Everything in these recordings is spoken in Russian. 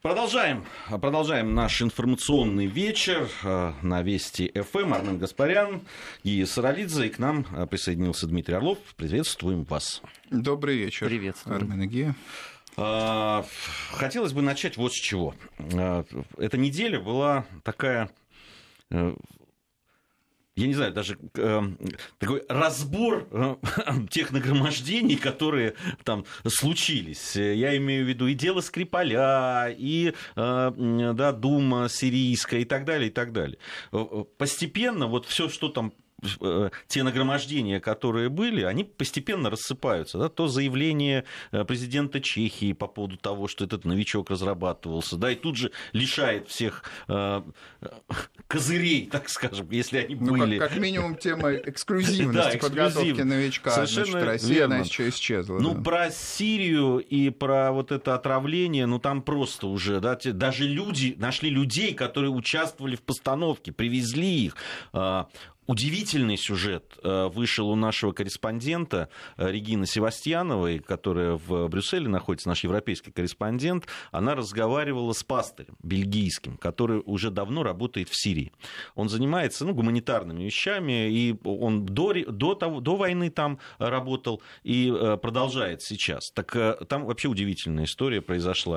Продолжаем наш информационный вечер на Вести ФМ. Армен Гаспарян и Саралидзе. И к нам присоединился Дмитрий Орлов. Приветствуем вас. Добрый вечер. Приветствую. Армен и Гия. Хотелось бы начать вот с чего. Эта неделя была такая... Я не знаю, даже такой разбор тех нагромождений, которые там случились. Я имею в виду и дело Скрипаля, и Дума сирийская, и так далее, и так далее. Постепенно вот все, что там, те нагромождения, которые были, они постепенно рассыпаются. Да? То заявление президента Чехии по поводу того, что этот новичок разрабатывался, да, и тут же лишает всех козырей, так скажем, если они были. Как минимум тема эксклюзивности подготовки новичка. Совершенно Россия, верно. она еще исчезла. Про Сирию и про вот это отравление, там просто уже, да, даже люди, нашли людей, которые участвовали в постановке, привезли их. Удивительный сюжет вышел у нашего корреспондента Регины Севастьяновой, которая в Брюсселе находится, наш европейский корреспондент. Она разговаривала с пастырем бельгийским, который уже давно работает в Сирии. Он занимается гуманитарными вещами, и он до войны там работал и продолжает сейчас. Так там вообще удивительная история произошла.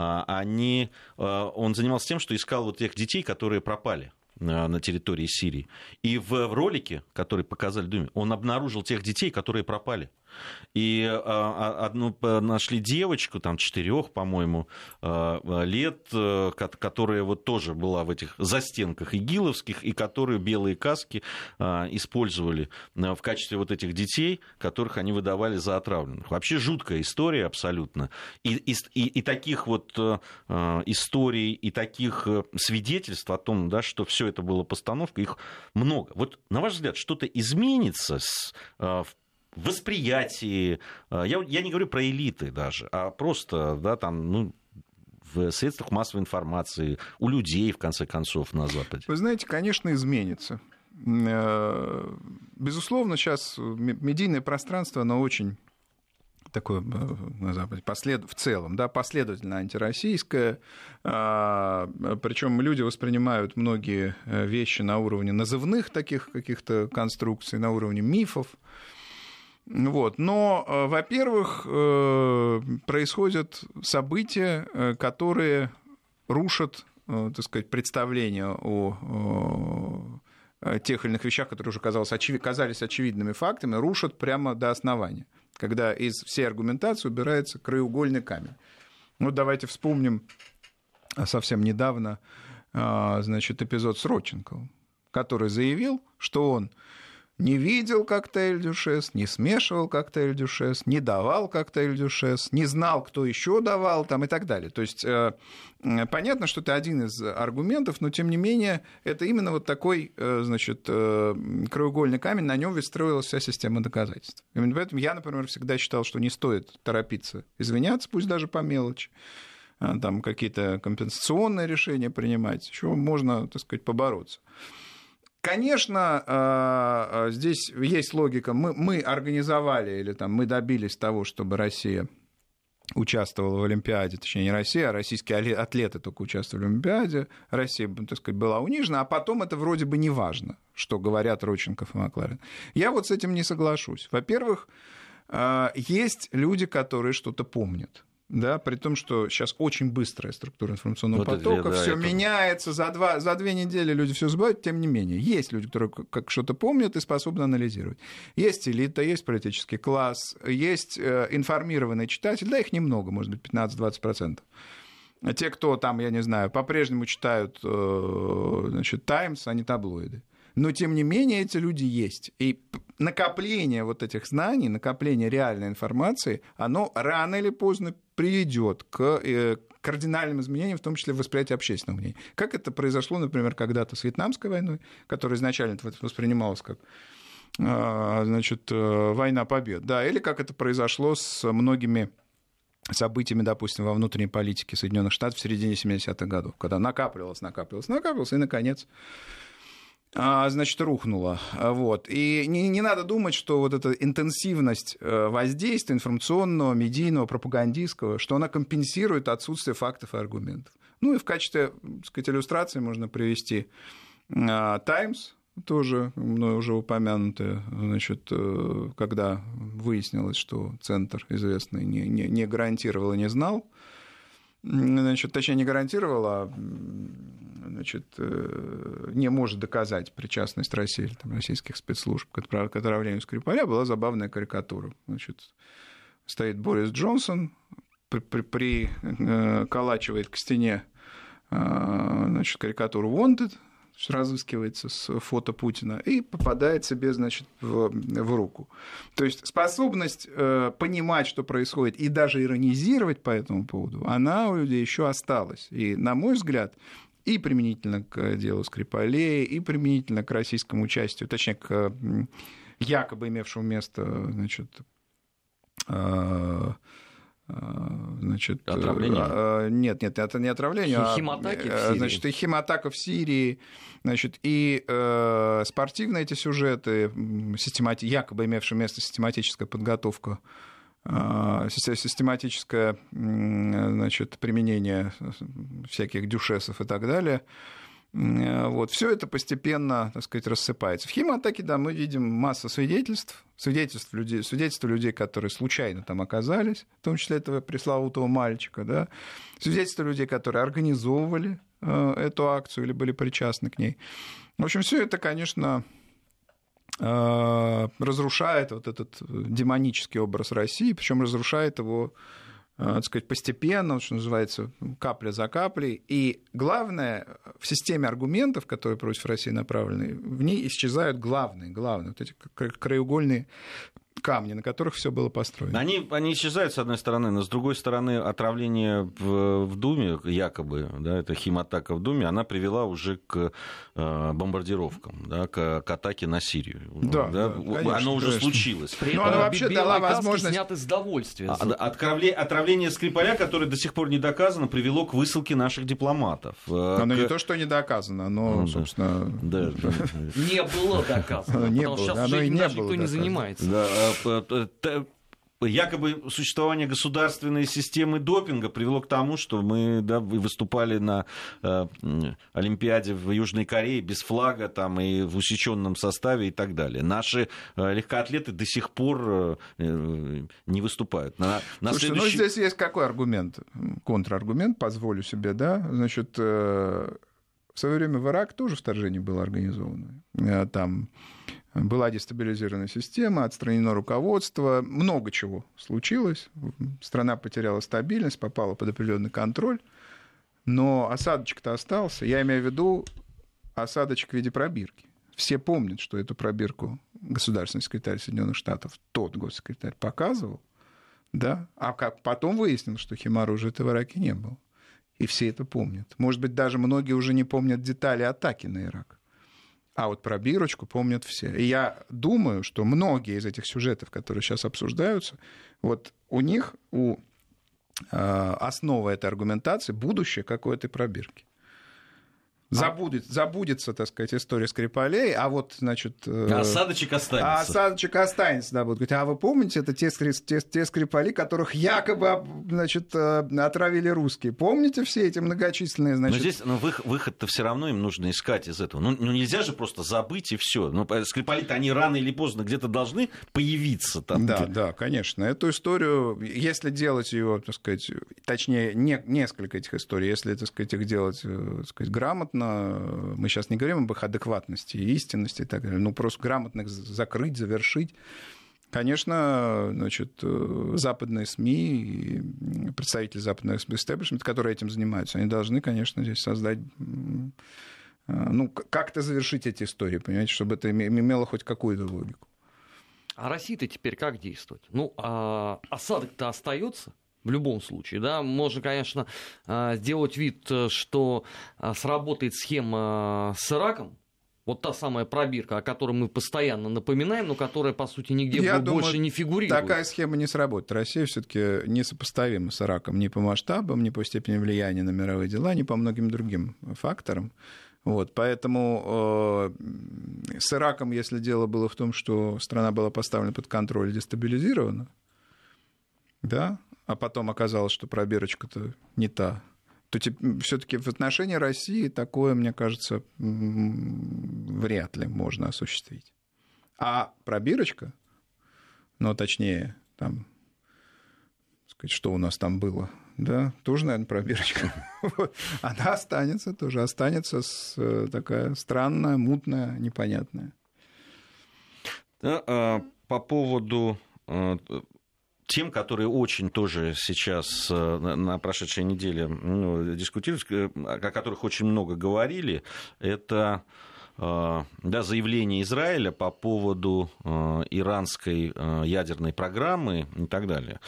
Он занимался тем, что искал вот тех детей, которые пропали на территории Сирии. И в ролике, который показали в Думе, он обнаружил тех детей, которые пропали. И одну нашли девочку, 4, по-моему, лет, которая вот тоже была в этих застенках игиловских, и которую белые каски использовали в качестве вот этих детей, которых они выдавали за отравленных. Вообще жуткая история абсолютно. И таких вот историй, и таких свидетельств о том, да, что все это было постановка, их много. Вот, на ваш взгляд, что-то изменится в восприятии, я не говорю про элиты даже, а просто, да, в средствах массовой информации, у людей, в конце концов, на Западе? Вы знаете, конечно, изменится. Безусловно, сейчас медийное пространство, оно очень такое на Западе, в целом, да, последовательно антироссийское, причем люди воспринимают многие вещи на уровне назывных таких каких-то конструкций, на уровне мифов. Но, во-первых, происходят события, которые рушат, так сказать, представление о тех или иных вещах, которые уже казались очевидными фактами, рушат прямо до основания, когда из всей аргументации убирается краеугольный камень. Давайте вспомним совсем недавно, эпизод с Родченковым, который заявил, что он не видел коктейль Дюшес, не смешивал коктейль Дюшес, не давал коктейль Дюшес, не знал, кто еще давал и так далее. То есть понятно, что это один из аргументов, но тем не менее это именно вот такой, краеугольный камень, на нем ведь строилась вся система доказательств. Именно поэтому я, например, всегда считал, что не стоит торопиться извиняться, пусть даже по мелочи, какие-то компенсационные решения принимать, еще можно, так сказать, побороться. Конечно, здесь есть логика. Мы организовали или мы добились того, чтобы Россия участвовала в Олимпиаде, точнее, не Россия, а российские атлеты только участвовали в Олимпиаде. Россия, так сказать, была унижена, а потом это вроде бы не важно, что говорят Родченков и Макларен. Я вот с этим не соглашусь. Во-первых, есть люди, которые что-то помнят. Да, при том, что сейчас очень быстрая структура информационного потока, все меняется, за 2 недели люди все забывают, тем не менее, есть люди, которые как что-то помнят и способны анализировать. Есть элита, есть политический класс, есть информированный читатель, да, их немного, может быть, 15-20%. Те, кто по-прежнему читают, «Таймс», а не таблоиды. Но, тем не менее, эти люди есть. И накопление вот этих знаний, накопление реальной информации, оно рано или поздно приведет к кардинальным изменениям, в том числе в восприятии общественного мнения. Как это произошло, например, когда-то с Вьетнамской войной, которая изначально воспринималась как война побед. Да, или как это произошло с многими событиями, допустим, во внутренней политике Соединенных Штатов в середине 70-х годов, когда накапливалось, и, наконец, значит, рухнула. Вот. И не надо думать, что вот эта интенсивность воздействия информационного, медийного, пропагандистского, что она компенсирует отсутствие фактов и аргументов. Ну и в качестве, так сказать, иллюстрации можно привести «Таймс», тоже мной уже упомянутое, значит, когда выяснилось, что Центр известный не гарантировал и не знал, значит, точнее, не гарантировал, а значит, не может доказать причастность России или там, российских спецслужб к отравлению Скрипаля, была забавная карикатура. Значит, стоит Борис Джонсон, приколачивает к стене, значит, карикатуру «Wanted», разыскивается с фото Путина и попадает себе, значит, в руку. То есть способность понимать, что происходит, и даже иронизировать по этому поводу, она у людей еще осталась. И, на мой взгляд, и применительно к делу Скрипалей, и применительно к российскому участию, точнее, к якобы имевшему место, значит, отравление? Нет, это не отравление. Химатаки в Сирии. Значит, и химатака в Сирии, значит, и спортивные эти сюжеты, якобы имевшие место систематическая подготовка, систематическое, значит, применение всяких дюшесов и так далее. Вот. Все это постепенно, так сказать, рассыпается. В химатаке, да, мы видим массу свидетельств людей, которые случайно там оказались, в том числе этого пресловутого мальчика, да, свидетельства людей, которые организовывали эту акцию или были причастны к ней. В общем, все это, конечно, разрушает вот этот демонический образ России, причем разрушает его, так сказать, постепенно, что называется, капля за каплей. И главное, в системе аргументов, которые против России направлены, в ней исчезают главные вот эти краеугольные камни, на которых все было построено. Они исчезают, с одной стороны, но с другой стороны, отравление в Думе, якобы, да, это химатака в Думе, она привела уже к бомбардировкам, да, к атаке на Сирию. Да, конечно, оно уже случилось. Но она вообще дала возможность... снят из довольствия. Отравление Скрипаля, которое до сих пор не доказано, привело к высылке наших дипломатов. Оно не то, что не доказано, оно, собственно... Не было доказано, потому что сейчас уже этим даже никто не занимается. Якобы существование государственной системы допинга привело к тому, что мы, да, выступали на Олимпиаде в Южной Корее без флага там, и в усеченном составе и так далее. Наши легкоатлеты до сих пор не выступают. Слушайте, ну здесь есть какой аргумент? Контраргумент, позволю себе, да? Значит, в свое время в Ирак тоже вторжение было организовано. Там была дестабилизирована система, отстранено руководство, много чего случилось. Страна потеряла стабильность, попала под определенный контроль, но осадочек-то остался. Я имею в виду осадочек в виде пробирки. Все помнят, что эту пробирку государственный секретарь Соединенных Штатов, тот госсекретарь, показывал, да? А как потом выяснилось, что химоружия-то в Ираке не было. И все это помнят. Может быть, даже многие уже не помнят детали атаки на Ирак. А вот про бирочку помнят все. И я думаю, что многие из этих сюжетов, которые сейчас обсуждаются, вот у них, основа этой аргументации будущее какой-то пробирки. Забудется, так сказать, история Скрипалей, а вот, значит... осадочек останется. А осадочек останется, да, будут говорить. А вы помните, это те Скрипали, которых якобы, значит, отравили русские. Помните все эти многочисленные, значит... Но здесь выход-то все равно им нужно искать из этого. Ну нельзя же просто забыть и все. Ну, Скрипали-то они рано или поздно где-то должны появиться там. Да, конечно. Эту историю, если делать ее, так сказать, точнее, несколько этих историй, если, так сказать, их делать, так сказать, грамотно, мы сейчас не говорим об их адекватности и истинности и так далее, ну, просто грамотно их закрыть, завершить. Конечно, значит, западные СМИ и представители западного истеблишмента, которые этим занимаются, они должны, конечно, здесь создать, ну, как-то завершить эти истории, понимаете, чтобы это имело хоть какую-то логику. А Россия-то теперь как действовать? Ну, осадок-то остается. В любом случае, да, можно, конечно, сделать вид, что сработает схема с Ираком, вот та самая пробирка, о которой мы постоянно напоминаем, но которая, по сути, нигде больше не фигурирует. Такая схема не сработает. Россия все-таки несопоставима с Ираком ни по масштабам, ни по степени влияния на мировые дела, ни по многим другим факторам. Вот, поэтому с Ираком, если дело было в том, что страна была поставлена под контроль и дестабилизирована, да, а потом оказалось, что пробирочка-то не та, то все-таки в отношении России такое, мне кажется, вряд ли можно осуществить. А пробирочка, ну, точнее, там, сказать, что у нас там было, да, тоже, наверное, пробирочка. Она останется тоже, такая странная, мутная, непонятная. По поводу тем, которые очень тоже сейчас на прошедшей неделе дискутируют, о которых очень много говорили, это заявление Израиля по поводу иранской ядерной программы и так далее.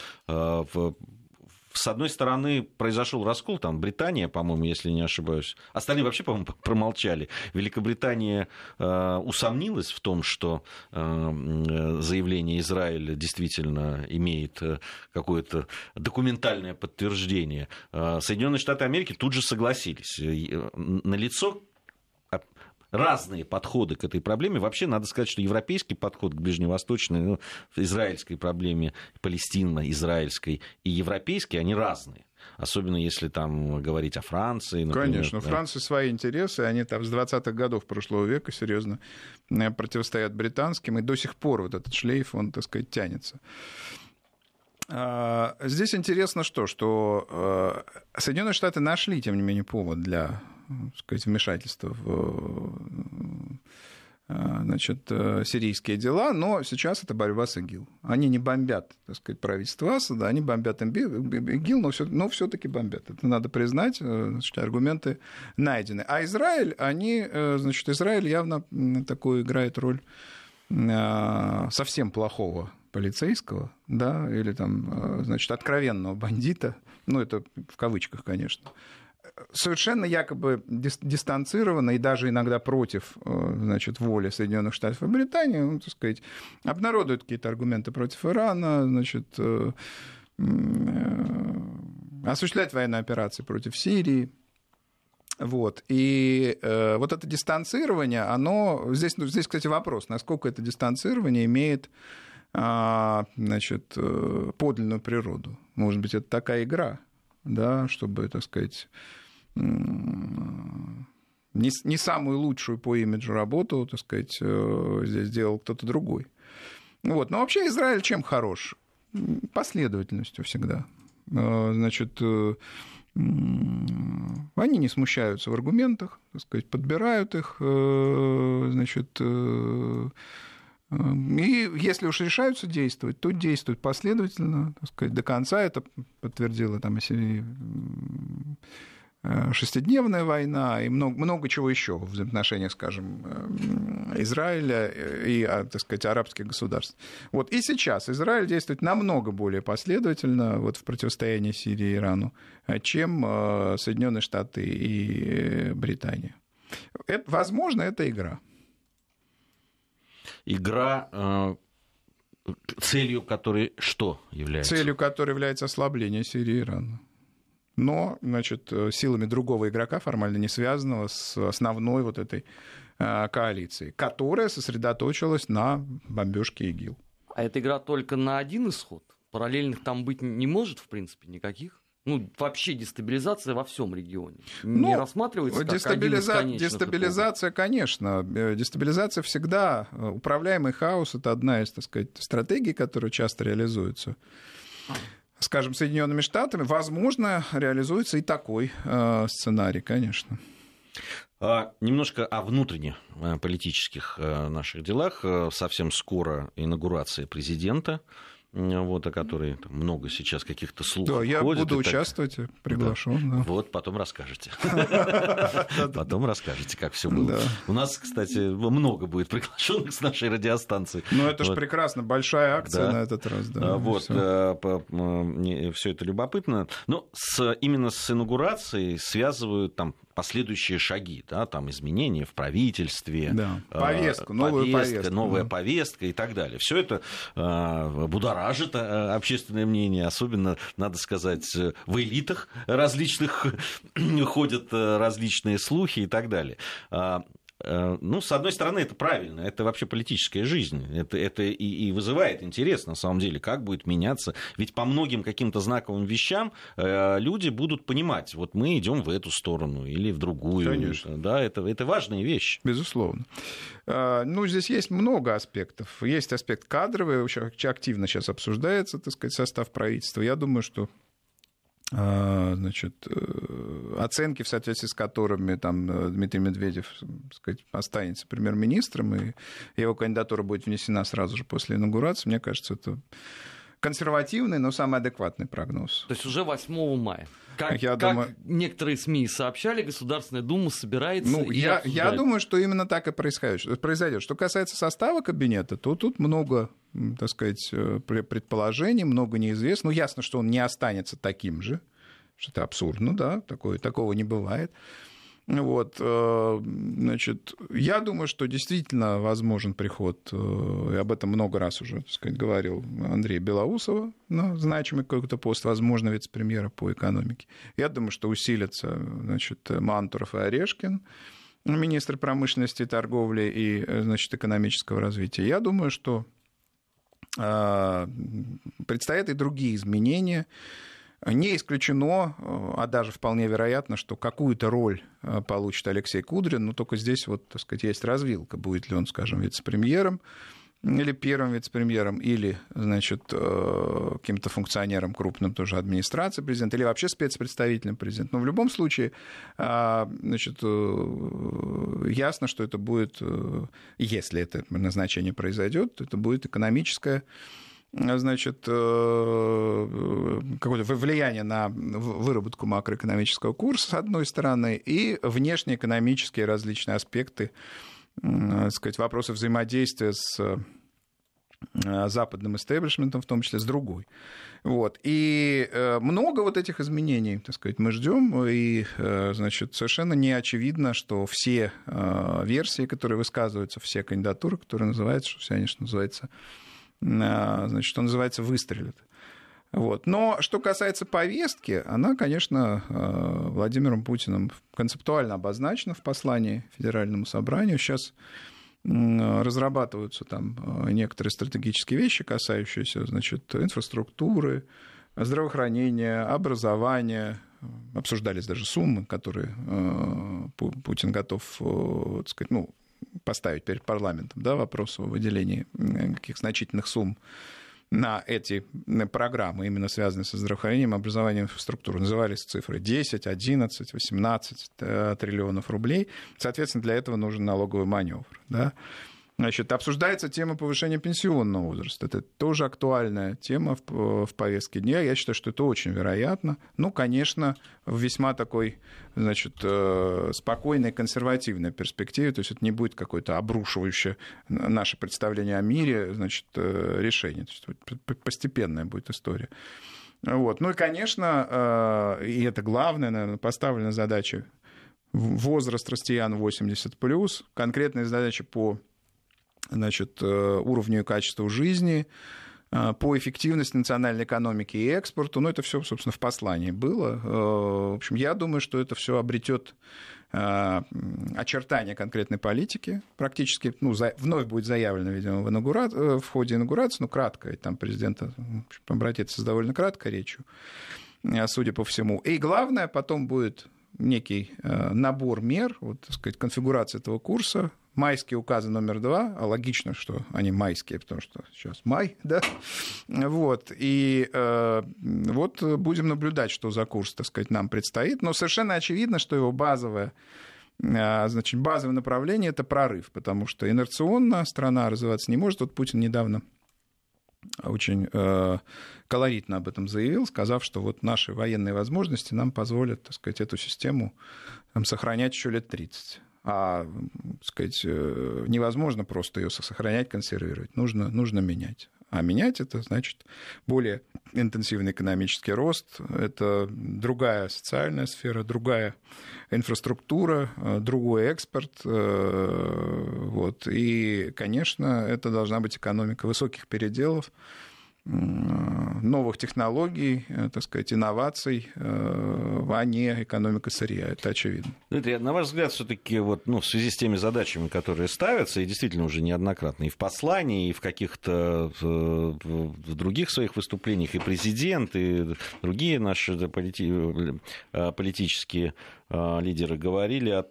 С одной стороны, произошел раскол, там Британия, по-моему, если не ошибаюсь, остальные вообще, по-моему, промолчали. Великобритания усомнилась в том, что заявление Израиля действительно имеет какое-то документальное подтверждение. Соединенные Штаты Америки тут же согласились. Налицо разные подходы к этой проблеме. Вообще, надо сказать, что европейский подход к ближневосточной, израильской проблеме, палестино-израильской и европейской, они разные. Особенно если там говорить о Франции. Например. Конечно, у Франции свои интересы, они там с 20-х годов прошлого века серьезно противостоят британским, и до сих пор вот этот шлейф, он, так сказать, тянется. Здесь интересно что Соединенные Штаты нашли, тем не менее, повод для, так сказать, вмешательства в, значит, сирийские дела, но сейчас это борьба с ИГИЛ. Они не бомбят, так сказать, правительство Асада, они бомбят ИГИЛ, но все-таки бомбят. Это надо признать, значит, аргументы найдены. А Израиль, Израиль явно такую играет роль совсем плохого полицейского, да, или там, значит, откровенного бандита, ну, это в кавычках, конечно, совершенно якобы дистанцированно и даже иногда против, значит, воли Соединенных Штатов и Британии, ну, так сказать, обнародуют какие-то аргументы против Ирана, значит, осуществляет военные операции против Сирии. Вот. И вот это дистанцирование, оно... Здесь, кстати, вопрос, насколько это дистанцирование имеет, значит, подлинную природу. Может быть, это такая игра, да, чтобы, так сказать, не самую лучшую по имиджу работу, так сказать, здесь делал кто-то другой. Вот. Но вообще Израиль чем хорош? Последовательностью всегда. Значит, они не смущаются в аргументах, так сказать, подбирают их, значит, и если уж решаются действовать, то действуют последовательно, так сказать, до конца. Это подтвердила там шестидневная война и много чего еще в взаимоотношениях, скажем, Израиля и, так сказать, арабских государств. Вот и сейчас Израиль действует намного более последовательно вот в противостоянии Сирии и Ирану, чем Соединенные Штаты и Британия. Возможно, это игра. Игра, целью которой что является? Целью которой является ослабление Сирии и Ирана. Но, значит, силами другого игрока, формально не связанного с основной вот этой коалицией, которая сосредоточилась на бомбёжке ИГИЛ. А эта игра только на один исход? Параллельных там быть не может, в принципе, никаких? Ну, вообще дестабилизация во всем регионе не рассматривается как один из конечных дестабилизация, итогов? Конечно. Дестабилизация всегда. Управляемый хаос — это одна из, так сказать, стратегий, которые часто реализуются. Скажем, Соединенными Штатами, возможно, реализуется и такой сценарий, конечно. Немножко о внутренних наших делах. Совсем скоро инаугурация президента, вот, о которой там много сейчас каких-то слухов ходит. Да, я буду участвовать, приглашен. Да. Вот, потом расскажете. Потом расскажете, как все было. У нас, кстати, много будет приглашенных с нашей радиостанции. Ну, это же прекрасно, большая акция на этот раз. Вот, все это любопытно. Но именно с инаугурацией связывают там последующие шаги, да, там изменения в правительстве, да. Новая повестка и так далее. Все это будоражит общественное мнение, особенно, надо сказать, в элитах различных ходят различные слухи и так далее. Ну, с одной стороны, это правильно, это вообще политическая жизнь, это и вызывает интерес, на самом деле, как будет меняться, ведь по многим каким-то знаковым вещам люди будут понимать, вот мы идем в эту сторону или в другую. Конечно. Да, это важные вещи. Безусловно. Ну, здесь есть много аспектов. Есть аспект кадровый, очень активно сейчас обсуждается, так сказать, состав правительства. Я думаю, что значит, оценки, в соответствии с которыми там Дмитрий Медведев, так сказать, останется премьер-министром, и его кандидатура будет внесена сразу же после инаугурации, мне кажется, это консервативный, но самый адекватный прогноз. То есть уже 8 мая. Как думаю... некоторые СМИ сообщали, Государственная Дума собирается... Ну, я думаю, что именно так и произойдет. Что касается состава кабинета, то тут много, так сказать, предположений, много неизвестно. Ну, ясно, что он не останется таким же, что это абсурдно, да, такого не бывает. Вот, значит, я думаю, что действительно возможен приход, и об этом много раз уже, так сказать, говорил Андрея Белоусова, на значимый какой-то пост, возможно, вице-премьера по экономике. Я думаю, что усилятся, значит, Мантуров и Орешкин, министр промышленности, торговли и, значит, экономического развития. Я думаю, что предстоят и другие изменения. Не исключено, а даже вполне вероятно, что какую-то роль получит Алексей Кудрин, но только здесь вот, так сказать, есть развилка. Будет ли он, скажем, вице-премьером или первым вице-премьером, или, значит, каким-то функционером крупным тоже администрации президента, или вообще спецпредставителем президента. Но в любом случае, значит, ясно, что это будет, если это назначение произойдет, это будет экономическое, значит, какое-то влияние на выработку макроэкономического курса, с одной стороны, и внешнеэкономические различные аспекты, так сказать, вопросы взаимодействия с западным истеблишментом, в том числе с другой. Вот. И много вот этих изменений, так сказать, мы ждем, и, значит, совершенно не очевидно, что все версии, которые высказываются, все кандидатуры, которые называются, что все они, что называется, значит, что называется, выстрелят. Вот. Но что касается повестки, она, конечно, Владимиром Путиным концептуально обозначена в послании Федеральному собранию. Сейчас разрабатываются там некоторые стратегические вещи, касающиеся, значит, инфраструктуры, здравоохранения, образования. Обсуждались даже суммы, которые Путин готов, так сказать, ну, поставить перед парламентом, да, вопрос о выделении каких значительных сумм на эти программы, именно связанные со здравоохранением, образованием, инфраструктурой. Назывались цифры 10, 11, 18 триллионов рублей. Соответственно, для этого нужен налоговый маневр. Да? Значит, обсуждается тема повышения пенсионного возраста. Это тоже актуальная тема в повестке дня. Я считаю, что это очень вероятно. Ну, конечно, в весьма такой, значит, спокойной, консервативной перспективе. То есть это не будет какое-то обрушивающее наше представление о мире, значит, решение. То есть постепенная будет история. Вот. Ну и, конечно, и это главная, наверное, поставленная задача — возраст россиян 80+, конкретные задачи по, значит, уровню и качеству жизни, по эффективности национальной экономики и экспорту. Ну, это все, собственно, в послании было. В общем, я думаю, что это все обретет очертания конкретной политики. Практически, ну, вновь будет заявлено, видимо, в ходе инаугурации, ну, кратко, ведь там президент обратится с довольно краткой речью, судя по всему. И главное, потом будет некий набор мер, вот, так сказать, конфигурация этого курса. Майские указы номер 2, а логично, что они майские, потому что сейчас май, да, вот, и вот будем наблюдать, что за курс, так сказать, нам предстоит, но совершенно очевидно, что его базовое, значит, базовое направление — это прорыв, потому что инерционно страна развиваться не может. Вот Путин недавно очень колоритно об этом заявил, сказав, что вот наши военные возможности нам позволят, так сказать, эту систему там сохранять еще лет 30. А, так сказать, невозможно просто ее сохранять, консервировать. Нужно менять. А менять это значит более интенсивный экономический рост, это другая социальная сфера, другая инфраструктура, другой экспорт. Вот. И, конечно, это должна быть экономика высоких переделов, новых технологий, так сказать, инноваций, а не экономика сырья. Это очевидно. Дмитрий, на ваш взгляд, все-таки вот, в связи с теми задачами, которые ставятся, и действительно уже неоднократно, и в послании, и в каких-то в других своих выступлениях, и президент, и другие наши политические лидеры говорили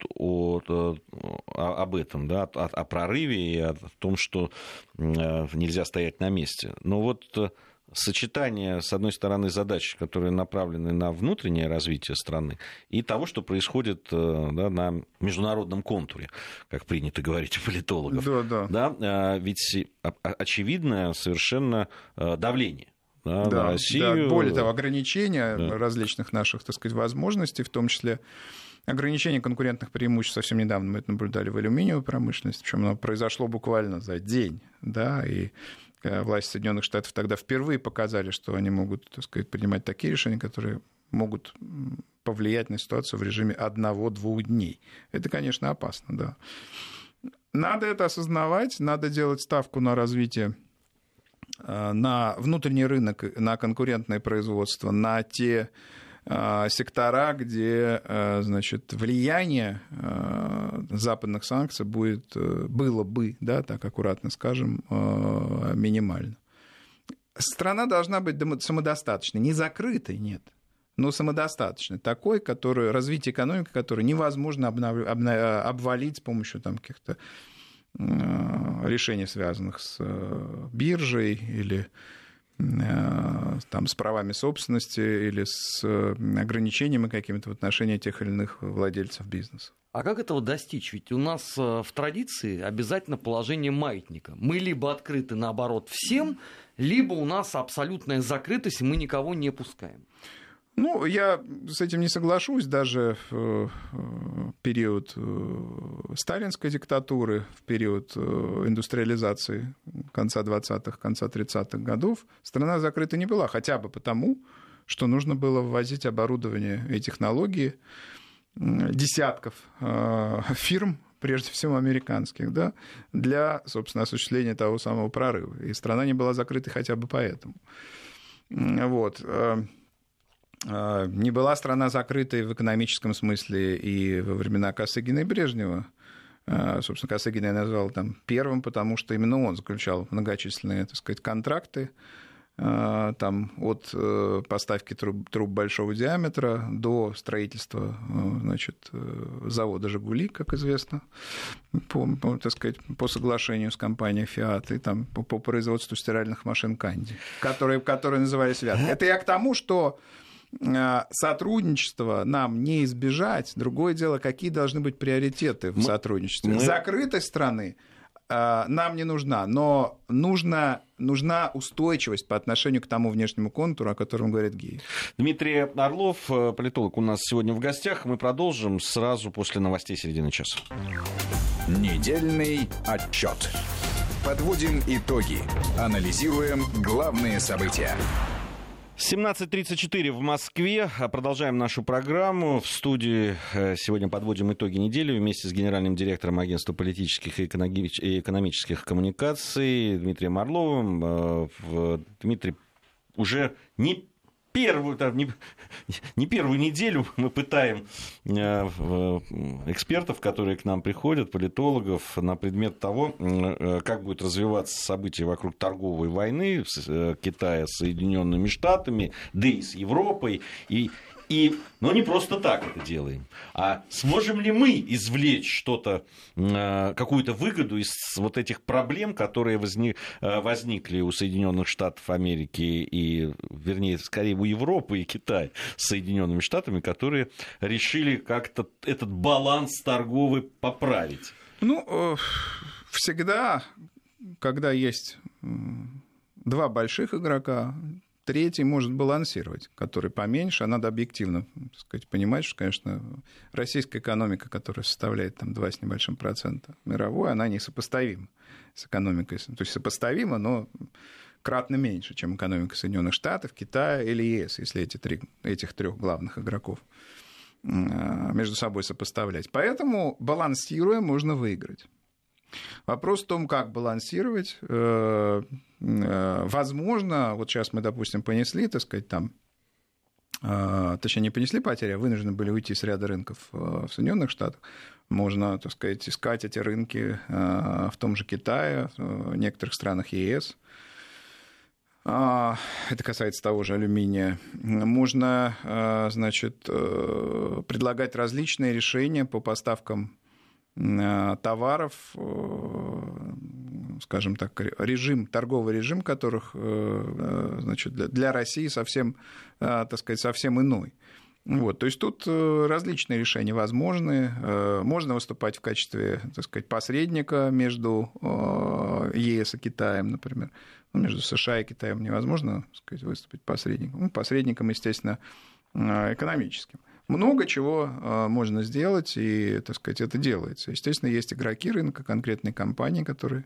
об этом, да, о прорыве и о том, что нельзя стоять на месте. Но вот сочетание, с одной стороны, задач, которые направлены на внутреннее развитие страны, и того, что происходит, да, на международном контуре, как принято говорить у политологов. Да, ведь очевидное совершенно давление. На Россию. Да. Более того, ограничения различных наших, так сказать, возможностей, в том числе ограничение конкурентных преимуществ. Совсем недавно мы это наблюдали в алюминиевой промышленности, причем оно произошло буквально за день, да, и власти Соединенных Штатов тогда впервые показали, что они могут, так сказать, принимать такие решения, которые могут повлиять на ситуацию в режиме 1-2 дней. Это, конечно, опасно, да. Надо это осознавать, надо делать ставку на развитие, на внутренний рынок, на конкурентное производство, на те сектора, где, значит, влияние западных санкций было бы, да, так аккуратно скажем, минимально. Страна должна быть самодостаточной, не закрытой, нет, но самодостаточной, такой, развитие экономики, которую невозможно обвалить с помощью там каких-то решений, связанных с биржей или там, с правами собственности или с ограничениями какими-то в отношении тех или иных владельцев бизнеса. А как этого достичь? Ведь у нас в традиции обязательно положение маятника. Мы либо открыты, наоборот, всем, либо у нас абсолютная закрытость, и мы никого не пускаем. Ну, я с этим не соглашусь. Даже в период сталинской диктатуры, в период индустриализации конца 20-х, конца 30-х годов страна закрыта не была. Хотя бы потому, что нужно было ввозить оборудование и технологии десятков фирм, прежде всего американских, да, для, собственно, осуществления того самого прорыва. И страна не была закрытой хотя бы поэтому. Вот. Не была страна закрытой в экономическом смысле и во времена Косыгина и Брежнева. Собственно, Косыгина я назвал там первым, потому что именно он заключал многочисленные, так сказать, контракты там, от поставки труб большого диаметра до строительства, значит, завода «Жигули», как известно, так сказать, по соглашению с компанией «Фиат», и там, по производству стиральных машин «Канди», которые назывались «Вят». Это я к тому, что сотрудничество нам не избежать. Другое дело, какие должны быть приоритеты в сотрудничестве. Закрытость страны нам не нужна, но нужна устойчивость по отношению к тому внешнему контуру, о котором говорит Геев. Дмитрий Орлов, политолог, у нас сегодня в гостях. Мы продолжим сразу после новостей середины часа. Недельный отчет. Подводим итоги. Анализируем главные события. 17:34 в Москве. Продолжаем нашу программу. В студии сегодня подводим итоги недели вместе с генеральным директором Агентства политических и экономических коммуникаций Дмитрием Орловым. Дмитрий, уже не первую неделю мы пытаем экспертов, которые к нам приходят, политологов, на предмет того, как будет развиваться события вокруг торговой войны Китая с Соединенными Штатами, да и с Европой. Но не просто так это делаем. А сможем ли мы извлечь что-то, какую-то выгоду из вот этих проблем, которые возникли у Соединенных Штатов Америки и, вернее, скорее у Европы и Китая с Соединенными Штатами, которые решили как-то этот баланс торговый поправить? Ну, всегда, когда есть два больших игрока, третий может балансировать, который поменьше, а надо объективно, так сказать, понимать, что, конечно, российская экономика, которая составляет там 2 с небольшим процента мировой, она несопоставима с экономикой, то есть сопоставима, но кратно меньше, чем экономика Соединенных Штатов, Китая или ЕС, если этих трех главных игроков между собой сопоставлять. Поэтому, балансируя, можно выиграть. Вопрос в том, как балансировать. Возможно, вот сейчас мы, допустим, понесли, так сказать, там, точнее, не понесли потери, а вынуждены были уйти с ряда рынков в Соединенных Штатах. Можно, так сказать, искать эти рынки в том же Китае, в некоторых странах ЕС. Это касается того же алюминия. Можно, значит, предлагать различные решения по поставкам товаров, скажем так, торговый режим которых, значит, для России совсем, так сказать, совсем иной. Вот, то есть тут различные решения возможны. Можно выступать в качестве, так сказать, посредника между ЕС и Китаем, например. Между США и Китаем невозможно, так сказать, выступить посредником. Посредником, естественно, экономическим. Много чего можно сделать, и, так сказать, это делается. Естественно, есть игроки рынка, конкретные компании, которые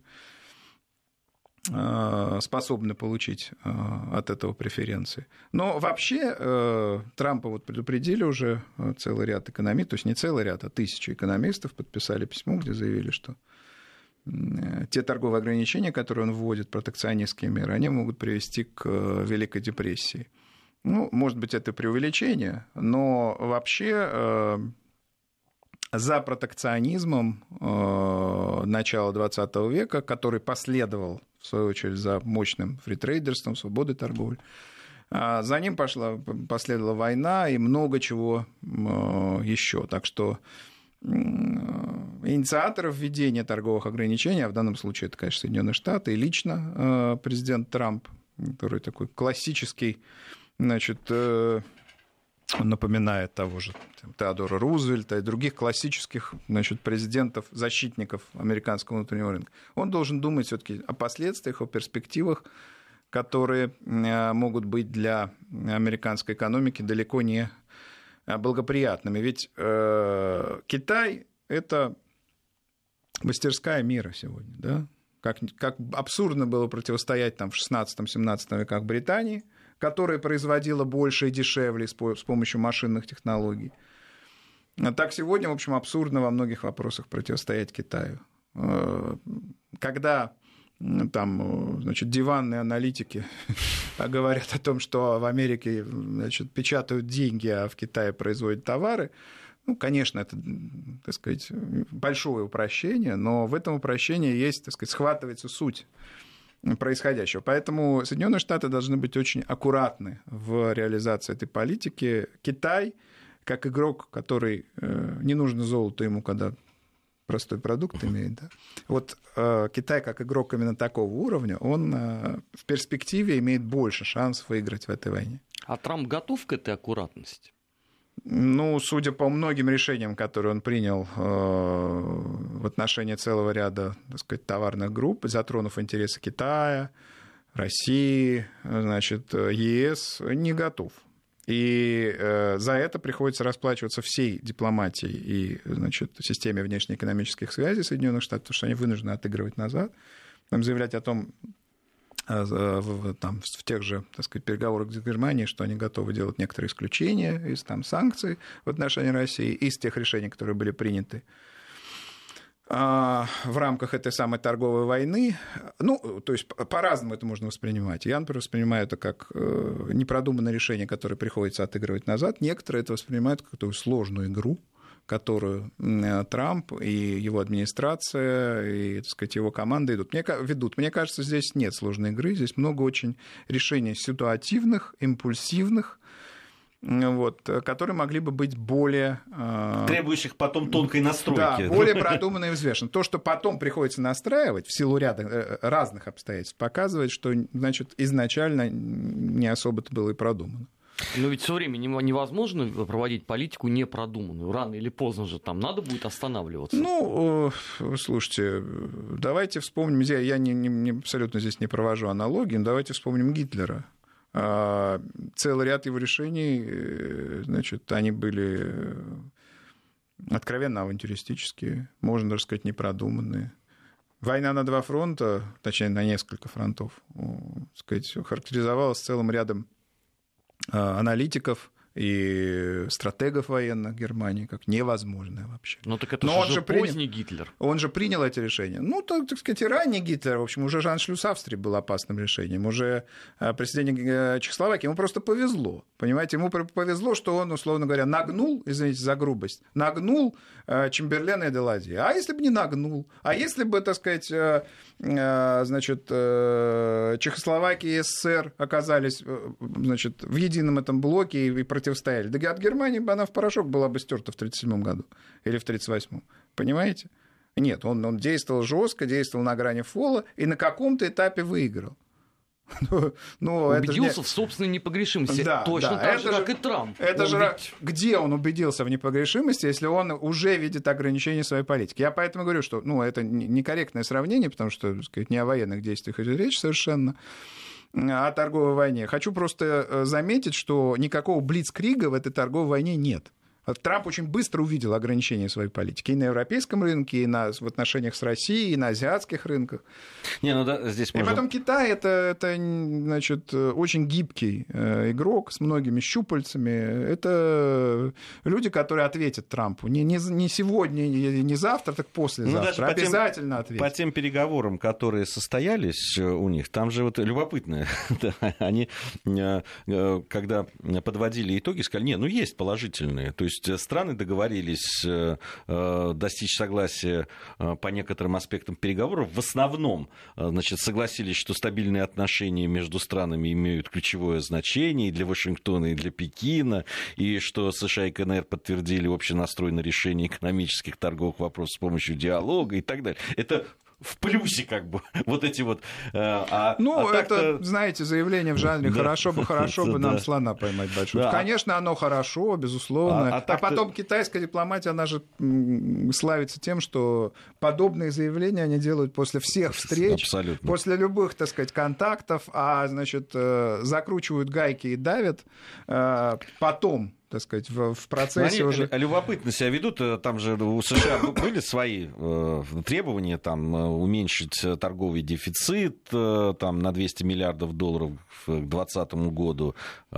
способны получить от этого преференции. Но вообще Трампа вот предупредили уже целый ряд экономистов, то есть не целый ряд, а тысячи экономистов подписали письмо, где заявили, что те торговые ограничения, которые он вводит, протекционистские меры, они могут привести к Великой депрессии. Ну, может быть, это преувеличение, но вообще за протекционизмом начала XX века, который последовал, в свою очередь, за мощным фритрейдерством, свободой торговли, за ним последовала война и много чего еще. Так что инициаторов введения торговых ограничений, а в данном случае это, конечно, Соединенные Штаты, и лично президент Трамп, который такой классический, значит, напоминает того же Теодора Рузвельта и других классических, значит, президентов, защитников американского внутреннего рынка. Он должен думать все-таки о последствиях, о перспективах, которые могут быть для американской экономики далеко не благоприятными. Ведь Китай – это мастерская мира сегодня, да? Как абсурдно было противостоять там, в 16-17 веках Британии, которая производила больше и дешевле с помощью машинных технологий. Так сегодня, в общем, абсурдно во многих вопросах противостоять Китаю. Когда там, значит, диванные аналитики говорят о том, что в Америке, значит, печатают деньги, а в Китае производят товары, ну, конечно, это, так сказать, большое упрощение, но в этом упрощении есть, так сказать, схватывается суть происходящего. Поэтому Соединенные Штаты должны быть очень аккуратны в реализации этой политики. Китай, как игрок, который не нужно золото ему, когда простой продукт имеет, да? Вот Китай, как игрок именно такого уровня, он в перспективе имеет больше шансов выиграть в этой войне. А Трамп готов к этой аккуратности? Ну, судя по многим решениям, которые он принял в отношении целого ряда, так сказать, товарных групп, затронув интересы Китая, России, значит, ЕС, не готов. И за это приходится расплачиваться всей дипломатией и, значит, системе внешнеэкономических связей Соединенных Штатов, потому что они вынуждены отыгрывать назад, там, заявлять о том, там, в тех же, так сказать, переговорах с Германией, что они готовы делать некоторые исключения из там, санкций в отношении России, из тех решений, которые были приняты в рамках этой самой торговой войны. Ну, то есть по-разному это можно воспринимать. Я, например, воспринимаю это как непродуманное решение, которое приходится отыгрывать назад. Некоторые это воспринимают как такую сложную игру, которую Трамп и его администрация, и, так сказать, его команда ведут. Мне кажется, здесь нет сложной игры, здесь много очень решений ситуативных, импульсивных, вот, которые могли бы быть более... требующих потом тонкой настройки. Да, более продуманно и взвешенно. То, что потом приходится настраивать в силу ряда разных обстоятельств, показывает, что, значит, изначально не особо-то было и продумано. Но ведь все время невозможно проводить политику непродуманную. Рано или поздно же там надо будет останавливаться. Ну, слушайте, давайте вспомним, я абсолютно здесь не провожу аналогии, но давайте вспомним Гитлера. целый ряд его решений, значит, они были откровенно авантюристические, можно даже сказать, непродуманные. Война на 2 фронта, точнее, на несколько фронтов, так сказать, характеризовалась целым рядом аналитиков и стратегов военных Германии как невозможное вообще. Ну так это же поздний Гитлер. Он же принял эти решения. Ну, так сказать, и ранний Гитлер, в общем, уже аншлюс Австрии был опасным решением. Уже присоединение Чехословакии, ему просто повезло. Понимаете, ему повезло, что он, условно говоря, нагнул, извините за грубость, нагнул Чемберлена и Даладье. А если бы не нагнул? А если бы, так сказать, значит, Чехословакия и СССР оказались, значит, в едином этом блоке и противостояли? Да от Германии бы она в порошок была бы стерта в 1937 году или в 1938. Понимаете? Нет, он действовал жестко, действовал на грани фола и на каком-то этапе выиграл. Убедился в собственной непогрешимости. Да, точно так же, как и Трамп. Где он убедился в непогрешимости, если он уже видит ограничения своей политики? Я поэтому говорю, что это некорректное сравнение, потому что, так сказать, не о военных действиях идет речь совершенно, а о торговой войне. Хочу просто заметить, что никакого блицкрига в этой торговой войне нет. Трамп очень быстро увидел ограничения своей политики и на европейском рынке, и в отношениях с Россией, и на азиатских рынках. Здесь можно... И потом Китай это значит, очень гибкий игрок с многими щупальцами. Это люди, которые ответят Трампу. Не сегодня, не завтра, так послезавтра. Обязательно ответят. По тем переговорам, которые состоялись у них, там же любопытно. Они, когда подводили итоги, сказали, есть положительные. То есть страны договорились достичь согласия по некоторым аспектам переговоров. В основном, согласились, что стабильные отношения между странами имеют ключевое значение и для Вашингтона, и для Пекина, и что США и КНР подтвердили общий настрой на решение экономических торговых вопросов с помощью диалога и так далее. Это в плюсе, вот эти вот... знаете, заявление в жанре «хорошо бы нам слона поймать большого». Конечно, оно хорошо, безусловно. А потом китайская дипломатия, она же славится тем, что подобные заявления они делают после всех встреч, абсолютно. После любых, так сказать, контактов, закручивают гайки и давят. Потом, так сказать, в процессе они уже... любопытно себя ведут. Там же у США были свои требования, уменьшить торговый дефицит на 200 миллиардов долларов к 2020 году,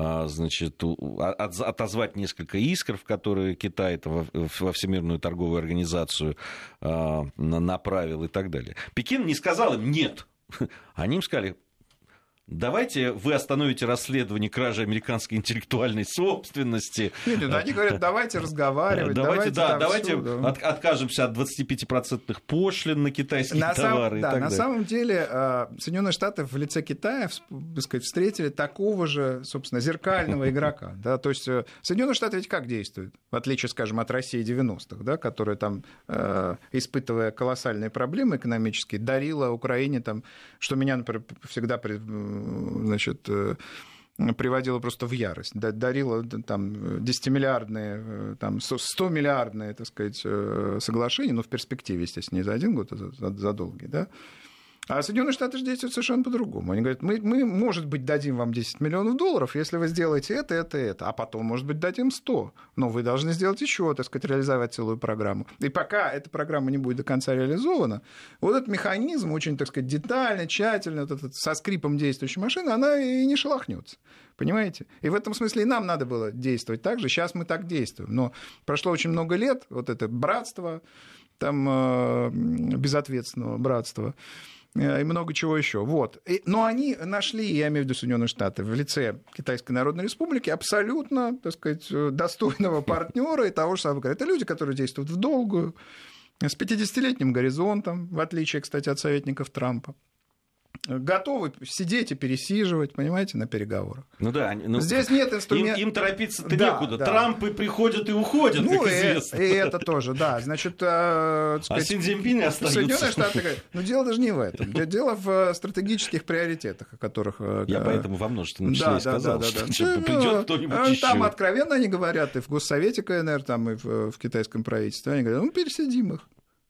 отозвать несколько искр, в которые Китай во Всемирную торговую организацию направил и так далее. Пекин не сказал им «нет». Они им сказали: давайте вы остановите расследование кражи американской интеллектуальной собственности. Нет, они говорят, давайте разговаривать. Давайте откажемся от 25% пошлин на китайские товары и так далее. На самом деле Соединенные Штаты в лице Китая, так сказать, встретили такого же, собственно, зеркального игрока. Да? То есть Соединенные Штаты ведь как действуют? В отличие, скажем, от России 90-х, да, которая там, испытывая колоссальные проблемы экономические, дарила Украине, что меня, например, всегда приводило просто в ярость. Дарило 10-миллиардные, 100-миллиардные, так сказать, соглашения, в перспективе, естественно, не за один год, а за долгий, да. А Соединенные Штаты же действуют совершенно по-другому. Они говорят, мы, может быть, дадим вам 10 миллионов долларов, если вы сделаете это, а потом, может быть, дадим 100. Но вы должны сделать еще, так сказать, реализовать целую программу. И пока эта программа не будет до конца реализована, вот этот механизм очень, так сказать, детально, тщательно, со скрипом действующей машины, она и не шелохнется. Понимаете? И в этом смысле и нам надо было действовать так же. Сейчас мы так действуем. Но прошло очень много лет, вот это братство, безответственного братства, и много чего еще. Но они нашли, я имею в виду Соединенные Штаты, в лице Китайской Народной Республики абсолютно, так сказать, достойного партнера и того же самого. Это люди, которые действуют в долгую, с 50-летним горизонтом, в отличие, кстати, от советников Трампа. Готовы сидеть и пересиживать, понимаете, на переговорах. Здесь нет инструментов. Им торопиться-то некуда. Да. Трампы приходят и уходят, как известно. И это тоже, да. Значит, сказать, Си Цзиньпин остаются. Соединенные Штаты говорят, дело даже не в этом. Дело в стратегических приоритетах, о которых... Я поэтому во множественном числе сказал, что придет кто-нибудь еще. Там откровенно они говорят, и в Госсовете КНР, и в китайском правительстве, они говорят, пересидим их. Мы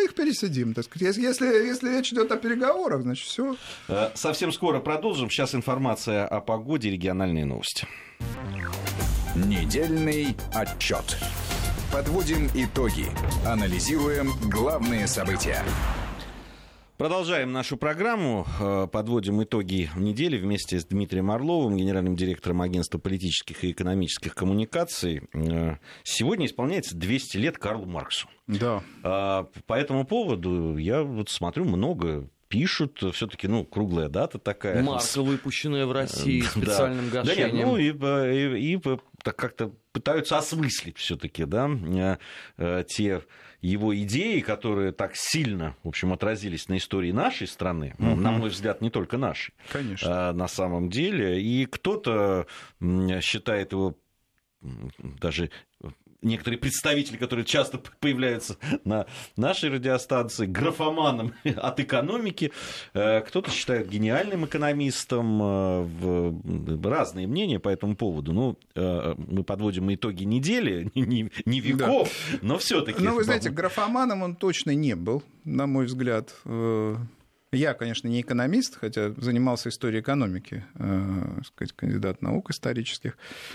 их пересидим, так сказать. Если речь идет о переговорах, значит, все. Совсем скоро продолжим. Сейчас информация о погоде, региональные новости. Недельный отчет. Подводим итоги. Анализируем главные события. Продолжаем нашу программу. Подводим итоги недели вместе с Дмитрием Орловым, генеральным директором Агентства политических и экономических коммуникаций. Сегодня исполняется 200 лет Карлу Марксу. Да. По этому поводу я вот смотрю, много пишут, все-таки, круглая дата такая. Марка, выпущенная в России специальным гашением. Да нет, и так как-то пытаются осмыслить все-таки, да, те его идеи, которые так сильно, в общем, отразились на истории нашей страны, на мой взгляд, не только нашей, конечно, на самом деле. И кто-то считает его даже... Некоторые представители, которые часто появляются на нашей радиостанции, графоманом от экономики. Кто-то считает гениальным экономистом. Разные мнения по этому поводу. Мы подводим итоги недели, не веков, да. Но все-таки. Вы знаете, графоманом он точно не был, на мой взгляд. Я, конечно, не экономист, хотя занимался историей экономики, сказать, кандидат наук исторических.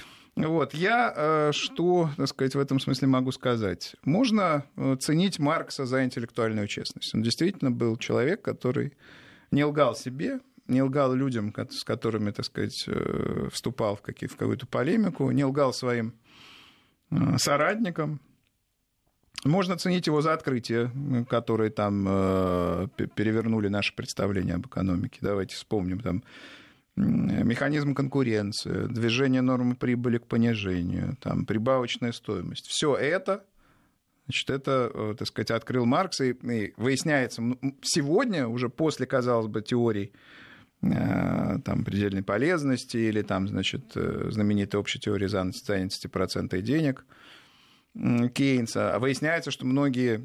Я что, так сказать, в этом смысле могу сказать? Можно ценить Маркса за интеллектуальную честность. Он действительно был человек, который не лгал себе, не лгал людям, с которыми, так сказать, вступал в какую-то полемику, не лгал своим соратникам. Можно ценить его за открытия, которые там перевернули наше представление об экономике. Давайте вспомним там. Механизм конкуренции, движение нормы прибыли к понижению, там, прибавочная стоимость. Все это, значит, это, так сказать, открыл Маркс. И выясняется, сегодня, уже после, казалось бы, теорий там, предельной полезности или там, значит, знаменитой общей теории занятости процента и денег Кейнса, выясняется, что многие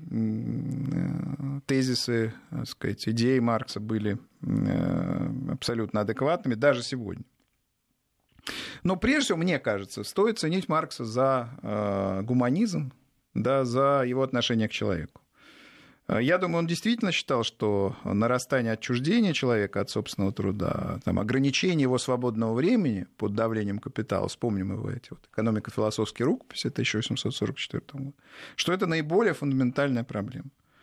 тезисы, так сказать, идеи Маркса были абсолютно адекватными даже сегодня. Но прежде всего, мне кажется, стоит ценить Маркса за гуманизм, да, за его отношение к человеку. Я думаю, он действительно считал, что нарастание отчуждения человека от собственного труда, там, ограничение его свободного времени под давлением капитала, вспомним его эти экономико-философские рукописи 1844 года, что это наиболее фундаментальная проблема.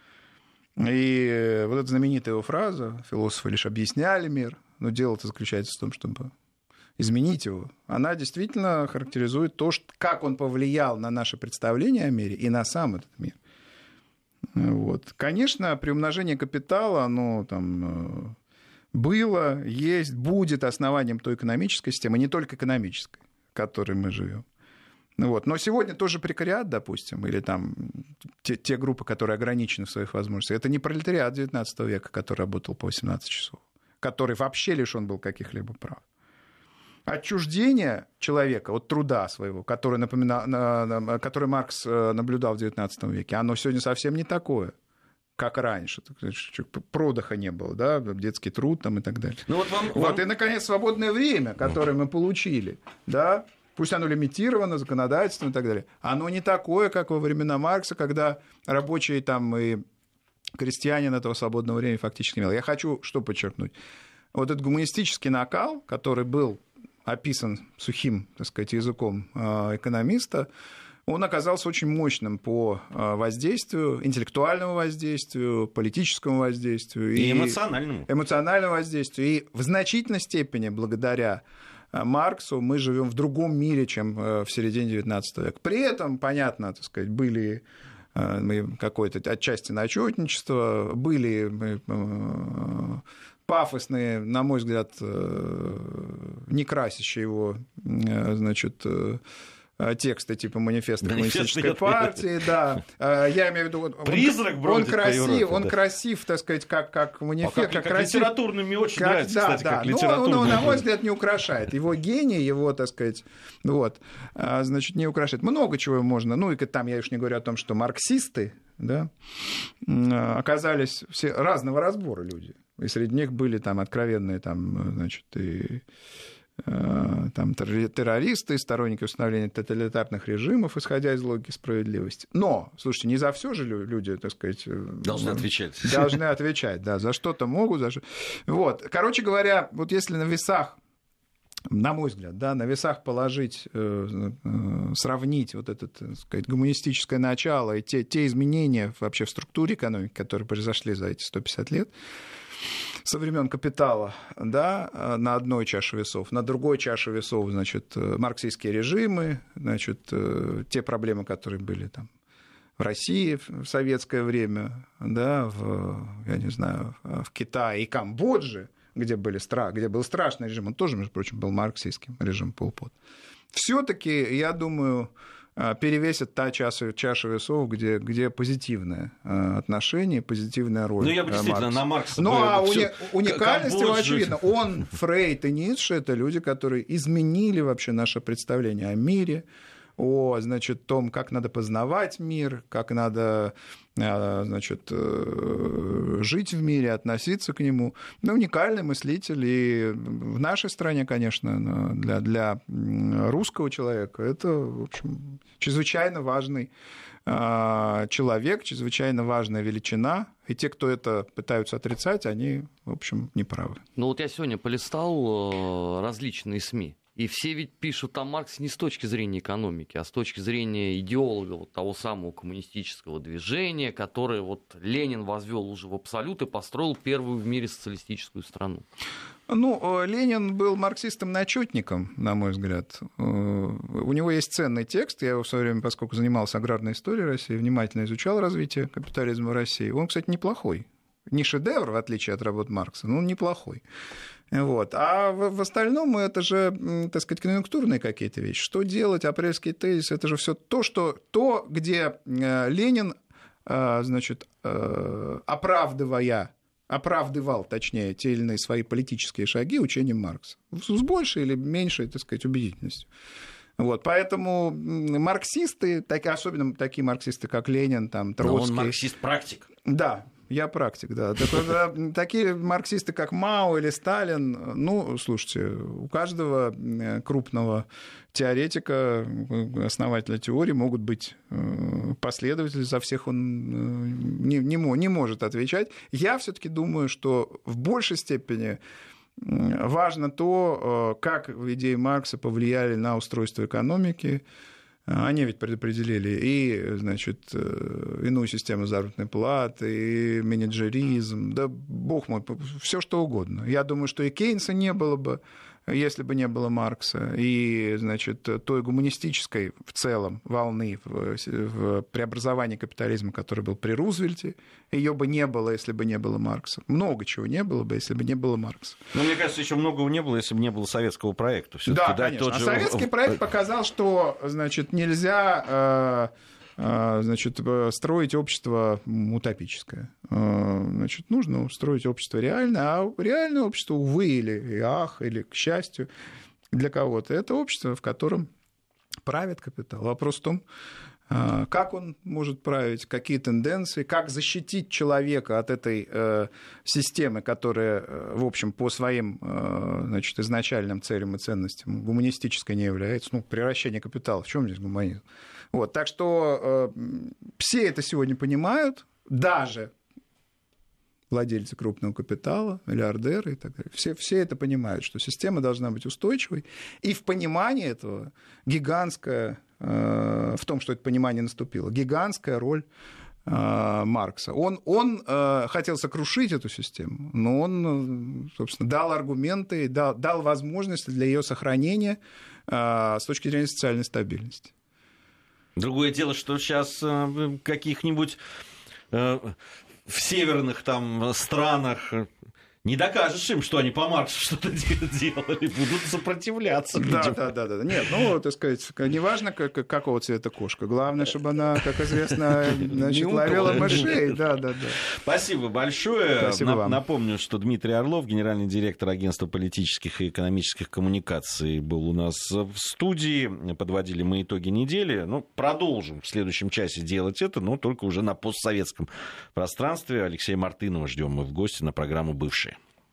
И вот эта знаменитая его фраза «философы лишь объясняли мир», но дело-то заключается в том, чтобы изменить его. Она действительно характеризует то, как он повлиял на наше представление о мире и на сам этот мир. Конечно, приумножение капитала, оно там было, есть, будет основанием той экономической системы, не только экономической, в которой мы живем. Но сегодня тоже прекариат, допустим, или там те группы, которые ограничены в своих возможностях, это не пролетариат XIX века, который работал по 18 часов, который вообще лишен был каких-либо прав. Отчуждение человека от труда своего, который Маркс наблюдал в XIX веке, оно сегодня совсем не такое, как раньше. Продыха не было, да? Детский труд там, и так далее. И, наконец, свободное время, которое мы получили, да? Пусть оно лимитировано законодательством и так далее, оно не такое, как во времена Маркса, когда рабочие там, и крестьянин этого свободного времени фактически имел. Я хочу что подчеркнуть. Вот этот гуманистический накал, который был описан сухим, так сказать, языком экономиста, он оказался очень мощным по воздействию, интеллектуальному воздействию, политическому воздействию. И эмоциональному. Эмоциональному воздействию. И в значительной степени благодаря Марксу мы живем в другом мире, чем в середине XIX века. При этом, понятно, так сказать, были какое-то отчасти начетничество, были пафосные, на мой взгляд, не красящие его, значит, тексты типа манифеста коммунистической партии, да. Я имею в виду, призрак бродит по Европе, он красив, так сказать, как манифест, как литературный, мне очень нравится, кстати, как литературный. Но, на мой взгляд, не украшает. Его гений, его, так сказать, значит, не украшает. Много чего можно. И там я уж не говорю о том, что марксисты, да, оказались все разного разбора люди. И среди них были там откровенные, там, значит, и там, террористы, сторонники установления тоталитарных режимов, исходя из логики справедливости. Но, слушайте, не за все же люди, так сказать... Должны отвечать. Должны отвечать, да, за что-то могут, за что... Вот, короче говоря, вот если на весах, на мой взгляд, да, на весах положить, сравнить вот это, так сказать, гуманистическое начало и те изменения вообще в структуре экономики, которые произошли за эти 150 лет, со времен «Капитала», да, на одной чаше весов, на другой чаше весов, значит, марксистские режимы, значит, те проблемы, которые были там в России в советское время, да, я не знаю, в Китае и Камбодже, где был страшный режим, он тоже, между прочим, был марксистским, режим Пол Пот. Все-таки, я думаю, перевесит та чаша весов, где позитивное отношение, позитивная роль. Ну, я бы действительно на Маркса... Ну, а уникальность его очевидна. Он, Фрейд и Ницше — это люди, которые изменили вообще наше представление о мире, о, значит, том, как надо познавать мир, как надо, значит, жить в мире, относиться к нему. Ну, уникальный мыслитель. И в нашей стране, конечно, для русского человека это, в общем, чрезвычайно важный человек, чрезвычайно важная величина. И те, кто это пытаются отрицать, они, в общем, неправы. Ну, вот я сегодня полистал различные СМИ. И все ведь пишут о Марксе не с точки зрения экономики, а с точки зрения идеолога вот того самого коммунистического движения, которое вот Ленин возвел уже в абсолют и построил первую в мире социалистическую страну. Ну, Ленин был марксистом-начетником, на мой взгляд. У него есть ценный текст. Я его в свое время, поскольку занимался аграрной историей России, внимательно изучал развитие капитализма в России. Он, кстати, неплохой. Не шедевр, в отличие от работ Маркса, но он неплохой. Вот. А в остальном это же, так сказать, конъюнктурные какие-то вещи. Что делать, апрельский тезис, это же все то, где Ленин, значит, оправдывал, точнее, те или иные свои политические шаги учением Маркса. С большей или меньшей, так сказать, убедительностью. Вот, поэтому марксисты, особенно такие марксисты, как Ленин, там, Троцкий... Но он марксист-практик. Да. Я практик, да. Такие марксисты, как Мао или Сталин, ну, слушайте, у каждого крупного теоретика, основателя теории могут быть последователи, за всех он не может отвечать. Я все-таки думаю, что в большей степени важно то, как идеи Маркса повлияли на устройство экономики. Они ведь предопределили и, значит, иную систему заработной платы, и менеджеризм, да бог мой, все что угодно. Я думаю, что и Кейнса не было бы, если бы не было Маркса, и, значит, той гуманистической в целом волны в преобразовании капитализма, который был при Рузвельте, ее бы не было, если бы не было Маркса. Много чего не было бы, если бы не было Маркса. Но мне кажется, еще многого не было, если бы не было советского проекта. Да, конечно. А советский проект показал, что, значит, нельзя... значит, строить общество утопическое. Значит, нужно строить общество реальное, а реальное общество, увы, или ах, или к счастью для кого-то, это общество, в котором правит капитал. Вопрос в том, как он может править, какие тенденции, как защитить человека от этой системы, которая, в общем, по своим, значит, изначальным целям и ценностям гуманистической не является. Ну, превращение капитала, в чем здесь гуманизм? Вот, так что все это сегодня понимают, даже владельцы крупного капитала, миллиардеры и так далее. Все это понимают, что система должна быть устойчивой. И в понимании этого гигантская, в том, что это понимание наступило, гигантская роль Маркса. Он хотел сокрушить эту систему, но он, собственно, дал аргументы, дал возможности для ее сохранения с точки зрения социальной стабильности. Другое дело, что сейчас в каких-нибудь в северных там странах не докажешь им, что они по Марксу что-то делали, будут сопротивляться. Да. Нет, ну, так сказать, неважно, какого цвета кошка. Главное, чтобы она, как известно, значит, ловила мышей. Да. Спасибо большое. Спасибо вам. Напомню, что Дмитрий Орлов, генеральный директор Агентства политических и экономических коммуникаций, был у нас в студии. Подводили мы итоги недели. Ну, продолжим в следующем часе делать это, но только уже на постсоветском пространстве. Алексея Мартынова ждем мы в гости на программу «Бывшие».